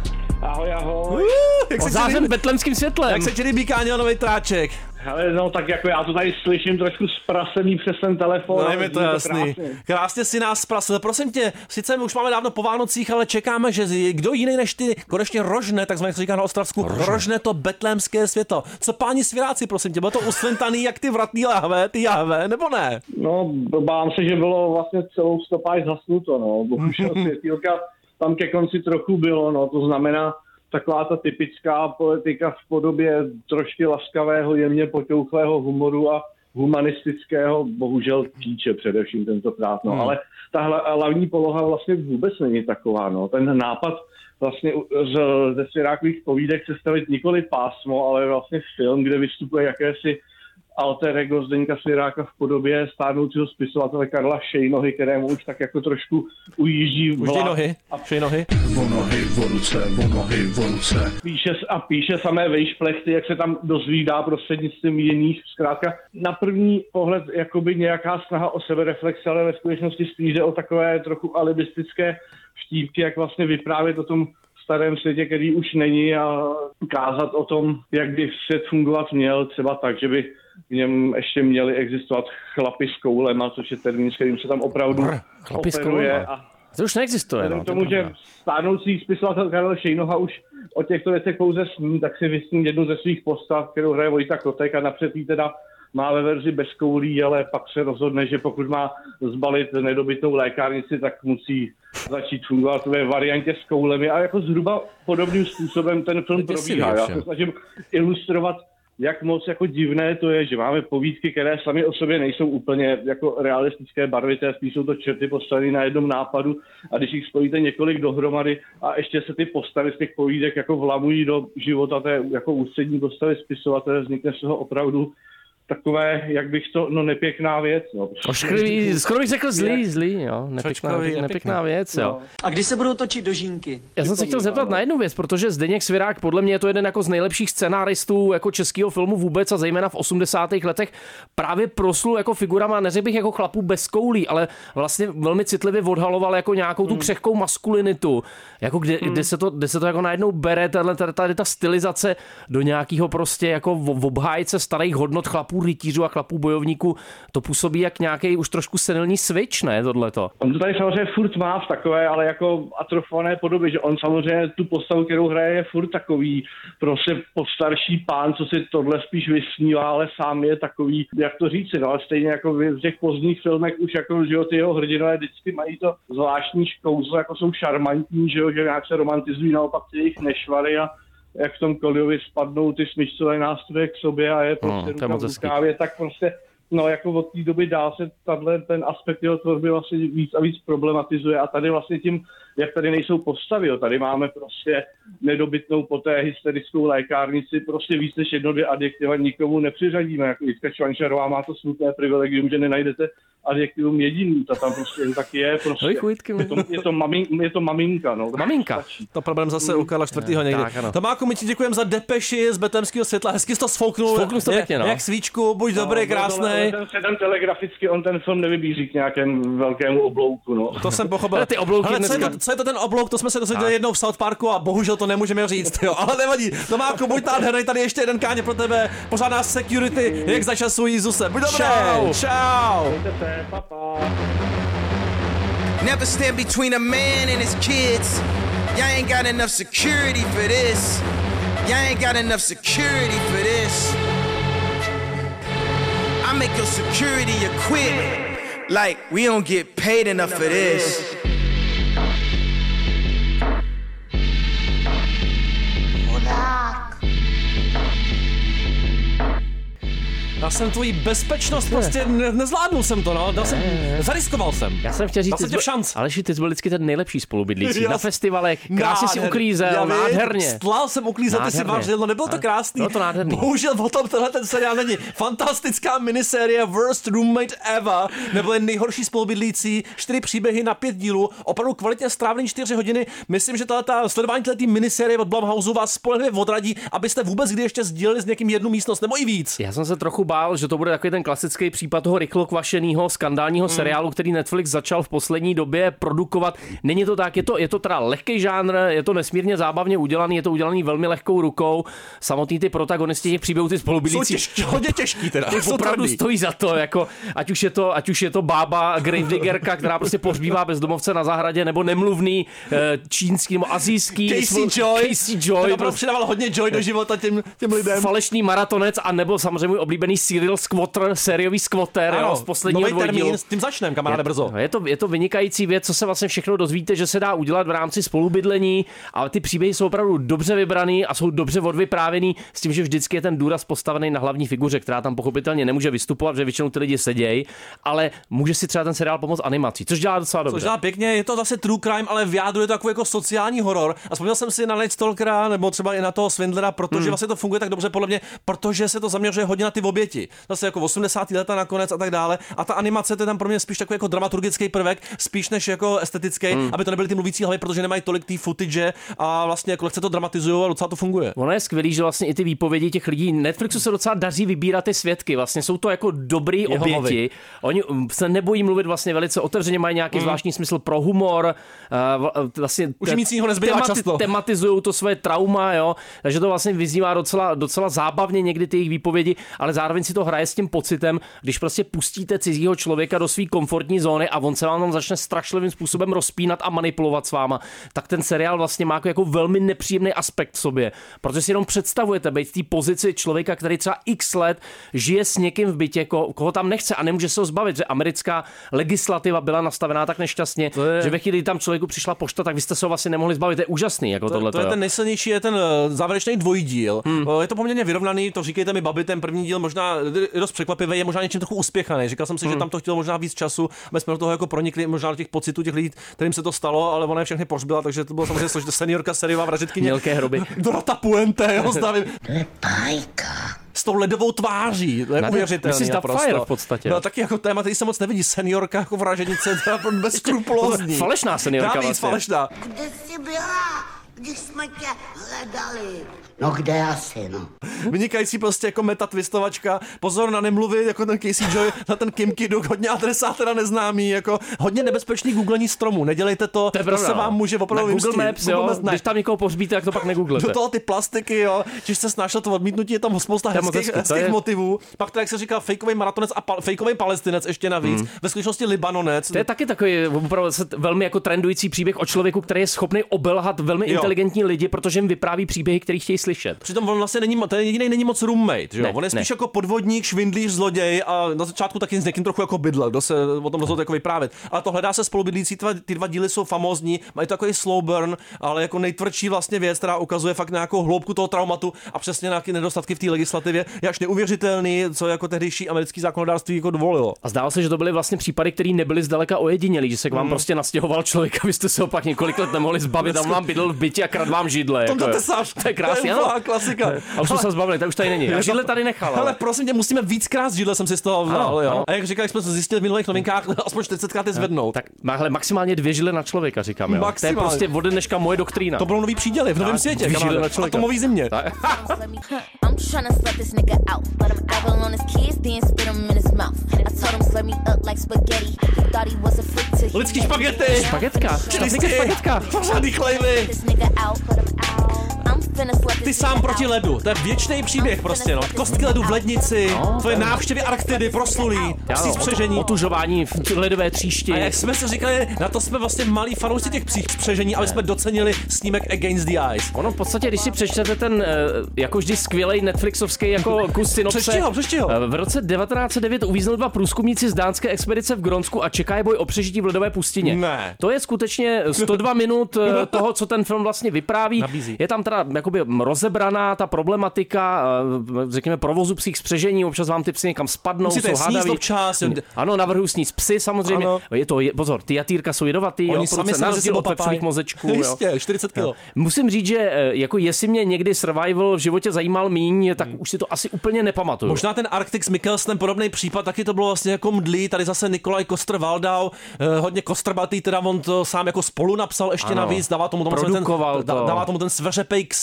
Ahoj, ahoj. Uh, Ozářen betlemským světlem. Jak se ti líbí, Káňo, nový tráček? Hele, no tak jako já to tady slyším trošku zprasený přes ten telefon. No je mi to jasný. Krásně. krásně si nás zprasil. Prosím tě, sice my už máme dávno po Vánocích, ale čekáme, že kdo jiný než ty konečně rožne, takzvaně jak se říká na Ostravsku, rožne. rožne to betlémské světlo. Co páni svěráci, prosím tě, bylo to uslintaný jak ty vratný lahve, ty jahve, nebo ne? No, bám se, že bylo vlastně celou stopáž zasnuto, no. Bohužel světýlka tam ke konci trochu bylo, no, to znamená taková ta typická politika v podobě trošku laskavého, jemně poťouchlého humoru a humanistického, bohužel kýče především tentokrát, no, hmm. ale ta hlavní poloha vlastně vůbec není taková, no, ten nápad vlastně z, ze Svěrákových povídek sestavit nikoli pásmo, ale vlastně film, kde vystupuje jakési alter ego Zdeňka Svěráka v podobě stárnoucího spisovatele Karla Šejnohy, kterému už tak jako trošku ujíždí vlak. Už nohy, a Šejnohy. O nohy, o ruce, o nohy, o ruce. Píše a píše samé vejšplechty, jak se tam dozvídá prostřednictvím jiných. Zkrátka na první pohled jakoby nějaká snaha o sebereflexe, ale ve skutečnosti spíš jde o takové trochu alibistické štípky, jak vlastně vyprávět o tom starém světě, který už není, a ukázat o tom, jak by svět fungovat měl, třeba tak, že by v něm ještě měli existovat chlapi s koulema, což je termín, s kterým se tam opravdu Brr, operuje. A to už neexistuje. No, k tomu, že stárnoucí spisovatel Karel Šejnoha už o těchto věcech pouze sní, tak si vysním jednu ze svých postav, kterou hraje Vojta Kotek, a napřed jí teda má ve verzi bez koulí, ale pak se rozhodne, že pokud má zbalit nedobytnou lékárnici, tak musí začít fungovat ve variantě s koulemi. A jako zhruba podobným způsobem ten film probíhá. Já se snažím ilustrovat, jak moc jako divné to je, že máme povídky, které sami o sobě nejsou úplně jako realistické, barvité, spíš jsou to čerty postavené na jednom nápadu, a když jich spojíte několik dohromady a ještě se ty postavy z těch povídek jako vlamují do života té jako ústřední postavy spisovatele, vznikne z toho opravdu takové, jak bych to, no nepěkná věc. No. Ošklivý, skoro bych řekl zlý, zlý, jo. Nepěkná, nepěkná věc, jo. A kdy se budou točit dožínky? Já jsem se chtěl zeptat na jednu věc, protože Zdeněk Svěrák podle mě je to jeden jako z nejlepších scenáristů jako českého filmu vůbec, a zejména v osmdesátých letech právě proslul jako figurama, neřekl bych jako chlapů bez koulí, ale vlastně velmi citlivě odhaloval jako nějakou tu křehkou maskulinitu, jako kde, hmm. kde, se to, kde se to jako najednou bere, tady, tady ta stylizace do nějakého prostě jako v obhájce starých hodnot chlapů rytířů a chlapů bojovníků, to působí jak nějaký už trošku senilní switch, ne, tohleto? On to tady samozřejmě furt má v takové, ale jako atrofované podobě, že on samozřejmě tu postavu, kterou hraje, je furt takový prostě podstarší pán, co si tohle spíš vysnívá, ale sám je takový, jak to říci, no, ale stejně jako v těch pozdních filmech už jako, že jo, ty jeho hrdinové vždycky mají to zvláštní kouzlo, jako jsou šarmantní, že jo, že nějak se romantizují naopak ty jejich nešvary, a jak v tom Koliovi spadnou ty smyčcové nástroje k sobě a je prostě no, ruka v rukávě, tak prostě no jako od té doby dál se tato, ten aspekt jeho tvorby vlastně víc a víc problematizuje, a tady vlastně tím, jak tady nejsou postavy, jo, tady máme prostě nedobytnou poté hysterickou lékárnici, prostě víc než jedno dvě adjektiva nikomu nepřiřadíme, jako Jitka Švančarová má to smutné privilegium, že nenajdete adjektivum jediný, ta tam prostě tak je, prostě, je, to, je, to mamin, je to maminka, no. Maminka. To problém zase u Karla čtvrtého někdy. Tomáku, my ti děkujeme za depeši z betlémského světla, hezky jsi to sfouknul, Sfouknul to pěkně, no. Jak svíčku, buď no, dobrý, krásnej. Ten předem telegraficky, on ten film nevybíří k nějakému velkému oblouku, no. To jsem pochopil. Ty oblouky ale co je, to, co je to ten oblouk, to jsme se dozvěděli jednou v South Parku a bohužel to nemůžeme říct, jo, ale nevadí. Tomáku, buď nádherný, tady ještě jeden Káně pro tebe, pořádná security, jak začasují Zuse. Buď dobrý. Čau. Čau. Never stand between a man and his kids. Y'all ain't got enough security for this. Y'all ain't got enough security for this. I make your security a quit. Like, we don't get paid enough for this. Já jsem tvoji bezpečnost, prostě ne, nezvládnul jsem to, no. Dal jsem, zariskoval jsem. Já jsem chtěl říct, ty šanc. Aleši, ty jsi byl vždycky ten nejlepší spolubydlící. Na festivalech, krásně si uklízel, nádherně. Stlal jsem uklízel, ty si vařil, no nebylo to krásný. Bylo to nádherný. Bohužel o tom tenhle ten seriál není. Fantastická minisérie Worst Roommate Ever, nebo jen nejhorší spolubydlící, čtyři příběhy na pět dílů, opravdu kvalitně strávený čtyři hodiny. Myslím, že tato sledování této minisérie od Blumhouse vás spolehlivě odradí, abyste vůbec kdy ještě sdíleli s někým jednu místnost nebo i víc. Já jsem se trochu bál, že to bude takový ten klasický případ toho rychlokvašeného skandálního mm. seriálu, který Netflix začal v poslední době produkovat. Není to tak, je to, je to teda lehký žánr, je to nesmírně zábavně udělaný, je to udělaný velmi lehkou rukou. Samotný ty protagonisti těch příběhů, ty spolubydlící. Jsou těžký, hodně těžký teda. Opravdu stojí za to, jako, ať už je to, ať už je to bába gravediggerka, která prostě pohřbívá bezdomovce na zahradě, nebo nemluvný čínský nebo asijský Casey Joy. Casey Joy. Ten prostě přidával hodně joy do života těm, těm lidem. Falešný maratonec, a nebo samozřejmě můj oblíbený serial squatter, sériový squatter, jo, z posledního dvojdílu. S tím začneme, kamaráde, brzo. Je to, je to vynikající věc, co se vlastně všechno dozvíte, že se dá udělat v rámci spolubydlení, ale ty příběhy jsou opravdu dobře vybraný a jsou dobře odvyprávěný, s tím, že vždycky je ten důraz postavený na hlavní figuře, která tam pochopitelně nemůže vystupovat, že většinou ty lidi sedějí, ale může si třeba ten seriál pomoct animací, což dělá docela dobře. Což dělá pěkně, je to zase true crime, ale v jádru je to takový jako sociální horor. A vzpomněl jsem si na Night Stalkera nebo třeba i na toho Swindlera, protože hmm. vlastně to funguje tak dobře podle mě, protože se to zaměřuje hodně na ty oběti. Zase jako osmdesátá léta nakonec a tak dále. A ta animace to je tam pro mě spíš takový jako dramaturgický prvek, spíš než jako estetický, hmm. aby to nebyly ty mluvící hlavy, protože nemají tolik té footage a vlastně jako lehce to dramatizují a docela to funguje. Ono je skvělý, že vlastně i ty výpovědi těch lidí Netflixu se docela daří vybírat ty svědky. Vlastně jsou to jako dobrý Jehomovi. Oběti. Oni se nebojí mluvit vlastně velice otevřeně, mají nějaký hmm. zvláštní smysl pro humor. Vlastně už te- nic jiného nezbývá temati- často. Tematizují to své trauma, jo. Takže to vlastně vyznívá docela, docela zábavně někdy ty jejich výpovědi, ale zároveň si to hraje s tím pocitem, když prostě pustíte cizího člověka do své komfortní zóny a on se vám tam začne strašlivým způsobem rozpínat a manipulovat s váma, tak ten seriál vlastně má jako, jako velmi nepříjemný aspekt v sobě, protože si jenom představujete být v té pozici člověka, který třeba x let žije s někým v bytě, ko, koho tam nechce a nemůže se ho zbavit, že americká legislativa byla nastavená tak nešťastně, je... že ve chvíli, kdy tam člověku přišla pošta, tak vy jste se ho vlastně nemohli zbavit. To je úžasný, jako to, tohleto. To je ten nejsilnější, je ten závěrečný dvojdíl. Hmm. Je to poměrně vyrovnaný, to říkejte mi, babi, ten první díl možná je dost překvapivý, je možná něčím trochu uspěchaný. Říkal jsem si, hmm. že tam to chtělo možná víc času, aby jsme do toho jako pronikli, možná do těch pocitů těch lidí, kterým se to stalo, ale ona je všechny pohřbila, takže to bylo samozřejmě složité. Seniorka, seriová vražedkyně. Mělké hroby. Dorota Puente, jo, zdravím. To je bajka. S tou ledovou tváří, to je neuvěřitelný. Myslíš Fire v podstatě. No, taky jako téma, který se moc nevidí, seniorka jako vražednice, to je bezskrupulózní. Falešná seniorka vlastně. Falešná. Kde jsi byla, když jsme tě hledali? No kde asi, no. Vynikající prostě jako metatwistovačka. Pozor na nemluvy, jako ten Casey Joy, na ten Kim Ki-duk, hodně adresát teda neznámý, jako hodně nebezpečný googlení stromů. Nedělejte to, to, to se vám může opravdu vymstít. Google Maps, Google jo, Maps, když tam někoho pohřbíte, tak to pak negooglete. Do toho ty plastiky, jo, když se snášel to odmítnutí, je tam spousta hezkých, hezkých je... motivů. Pak to, jak se říká, fejkový maratonec a pa, fejkový palestinec ještě navíc. Hmm. Ve skutečnosti Libanonec. To je taky takový opravdu velmi jako trendující příběh o člověku, který je schopný obelhat velmi jo. inteligentní lidi, protože jim vypráví příběhy, které chtějí slyšet. Přitom on vlastně není, ten jediný není moc roommate, že jo? Ne, on je spíš ne. jako podvodník, švindlíř, zloděj a na začátku taky s někým trochu jako bydlel, kdo se o tom rozhodl jako vyprávět. Ale to hledá se spolubydlící, ty dva díly jsou famózní, mají to takový slow burn, ale jako nejtvrdší vlastně věc, která ukazuje fakt nějakou hloubku toho traumatu a přesně nějaké nedostatky v té legislativě, je až neuvěřitelný, co jako tehdejší americký zákonodárství jako dovolilo. A zdálo se, že to byly vlastně případy, které nebyly zdaleka ojedinělý, že se k vám hmm. prostě nastěhoval člověk, abyste se ho pak několik let nemohli zbavit, a on vám bydl v bytě a krad vám židle. Jako, to je krásný, ano. Klasika. A už jsme se zbavili, to už tady není. A židle tady nechal. Ale prosím tě, musíme víckrát židle, jsem si z toho vzal, jo. A jak říkali, jsme se zjistili v minulých novinkách, aspoň čtyřicetkrát je zvednout. Tak máhle maximálně dvě židle na člověka, říkám, jo. To je prostě ode dneška moje doktrína. To bylo nový příděly v novém světě, židle na člověka. Atomový zimě. Lidský špagety. Špagetka. Špagetka. Pořádný chlejvy. Ty sám proti ledu, to je věčný příběh prostě, no. Kostky ledu v lednici, no, to je návštěvy Arktidy, proslulý, psí spřežení. Otužování v ledové tříšti. A jak jsme si říkali, na to jsme vlastně malí fanoušci těch psích spřežení, ale jsme docenili snímek Against the Ice. Ono v podstatě, když si přečtete ten, jako vždy skvělej netflixovský jako kus synopse. Přečti ho, přečti ho. V roce devatenáct set devět uvízli dva průzkumníci z dánské expedice v Grónsku a čeká je boj o přežití v ledové pustině. Ne. To je skutečně sto dva minut toho, co ten film vlastně vypráví. Nabízí. Je tam teda jakoby rozebraná ta problematika, řekněme, provozu psích spřežení, občas vám ty psy někam spadnou, musíte jsou hádaví. Občas. Ano, navrhuji sníst psy samozřejmě. Ano. Je to, je, pozor, ty jatýrka jsou jedovatý, oni jo, sami se rozdíl od pepřových mozečků. Jistě, čtyřicet kilo. Musím říct, že jako jestli mě někdy survival v životě zajímal míň, tak hmm. už si to asi úplně nepamatuju. Možná ten Arctic s Mikkelsenem podobný případ, taky to bylo vlastně jako mdlý, tady zase Nikolaj Koster-Waldau, eh, hodně kostrbatý, teda on to sám jako spolu napsal ještě ano. navíc, dává tomu, tomu ten, to. dává tomu ten sveřepej ksich,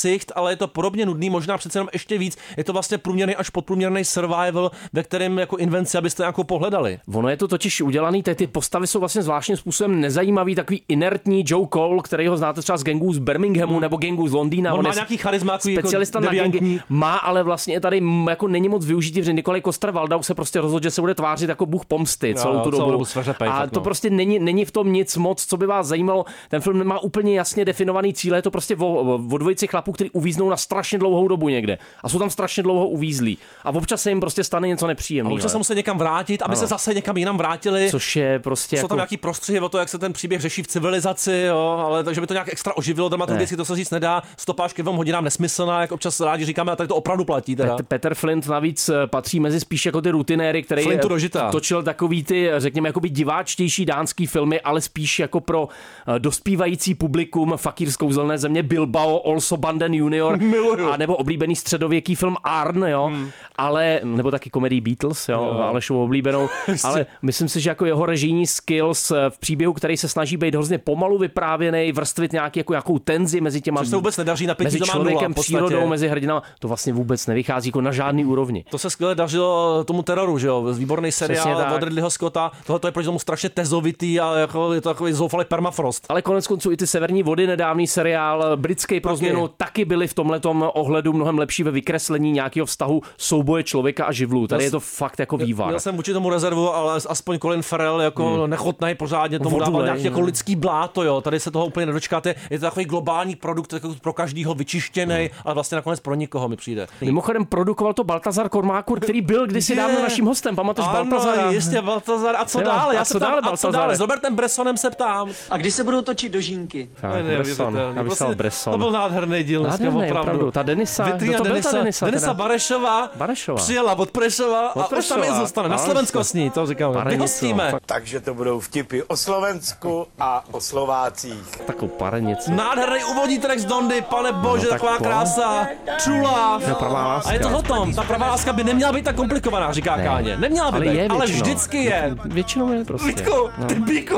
ksicht, ale je to podobně nudný, možná přece jenom ještě víc. Je to vlastně průměrný až podprůměrný survival, ve kterém jako invenci, abyste nějakou pohledali. Ono je to totiž udělaný, ty postavy jsou vlastně zvláštním způsobem nezajímavý, takový inertní Joe Cole, který ho znáte třeba z gangů z Birminghamu hmm. nebo gangů z Londýna. On, on má je nějaký charisma, specialista jako na gangy. Má, ale vlastně tady jako není moc využitý, že Nikolaj Coster-Waldau se prostě rozhodl, že se bude tvářit jako bůh pomsty celou no, tu dobu. dobu sveřepej, a to no. prostě není, není v tom nic moc, co by vás zajímalo. Ten film nemá úplně jasně definovaný cíle, je to prostě o, o dvojici chlapů, kteří uvíznou na strašně dlouhou dobu někde. A jsou tam strašně dlouho uvízlí. A občas se jim prostě stane něco nepříjemného. A občas se musí někam vrátit, aby ano. se zase někam jinam vrátili. Což je prostě jsou jako... tam nějaký prostředí o to, jak se ten příběh řeší v civilizaci, jo, ale takže by to nějak extra oživilo dramaturgicky, to se říct nedá. Stopáž dvou hodinám nesmyslná, jak občas rádi říkáme, a tady to opravdu platí teda. Pet- Peter Flint navíc patří mezi spíš jako ty rutinéry, který točil takový ty, řekněme, jakoby diváčtější dánský filmy, ale spíš jako pro dospívající publikum Fakír z kouzelné země, Bilbao, Also Banden junior a nebo oblíbený středověký film Arn, jo, hmm. ale nebo taky komedii Beatles, jo, jo. Alešovu oblíbenou, ale myslím si, že jako jeho režijní skills v příběhu, který se snaží být hrozně pomalu vyprávěný, vrstvit nějaký jako jakou tenzi mezi těma, se vůbec nedaří napětí, mezi člověkem, přírodou, mezi hrdinama, to vlastně vůbec nevychází jako na žádný úrovni. To se skvěle dařilo tomu Teroru, že jo, výborný seriál od Ridleyho Scotta. Tohle to je proti tomu strašně tezovitý a jako je to takový zoufalý permafrost. Ale konec konců i ty Severní vody, nedávný seriál, britský pro změnu, taky byly v tomhletom ohledu mnohem lepší ve vykreslení nějakého vztahu souboje člověka a živlů. Tady je to fakt jako vývar. Měl jsem vůči tomu rezervu, ale aspoň Colin Farrell jako hmm. nechutnej pořádně tomu dával nějaký jako lidský bláto, jo. Tady se toho úplně nedočkáte. Je to takový globální produkt jako pro každýho vyčištěný, hmm. ale vlastně nakonec pro nikoho mi přijde. Mimochodem produkoval to Baltazar Kormákur, který byl kdysi dávno naším hostem. Pamatuješ Baltazara? Jistě Baltazar. A co dále? Já se ptám, a co dále? S Robertem Bressonem se ptám. A kdy se budou točit dožínky? Bresson, já vysal Bresson. To byl nádherný díl, nádherný, opravdu. Ta Denisa, Vitrina to Denisa, ta Denisa, Denisa Barešová, Barešová přijela od Prešova a už tam je zůstane. Na Slovensko s ní, to říkám. Vyhostíme. Takže to budou vtipy o Slovensku a o Slovácích. Takovou parenici. Nádherný úvodní track z Dondy, pane bože, no, taková krása. True love. A je to o tom, ta pravá láska by neměla být tak komplikovaná, říká ne. Káně. Neměla by ale být, je ale vždycky je. Většinou je prostě. Vítku, ty bíku,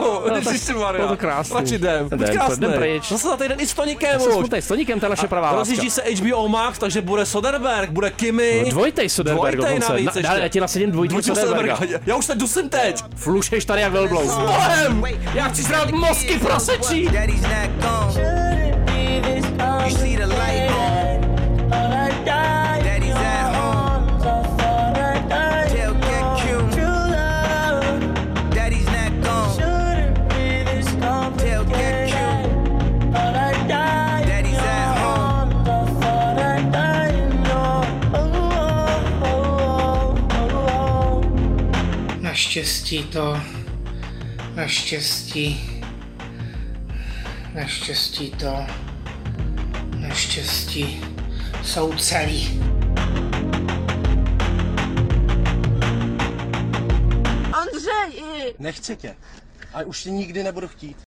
no, to krásný. Radši jdem, buď krásný. Zase za týden i s Tonikem už. S Tonikem, ta naše pravá láska. Rozjíždí se H B O Max, takže bude Soderbergh, bude Kimi. No, dvojtej Soderbergh dokonce. Na, já ti nasadím dvojitý Soderbergha. Já už se dusím teď. Flušeš tady jak velbloud. Bohem! Já chci zrát mozky prasečí. Naštěstí to, naštěstí, naštěstí to, naštěstí jsou celý. Andřej! Nechci tě. A už tě nikdy nebudu chtít.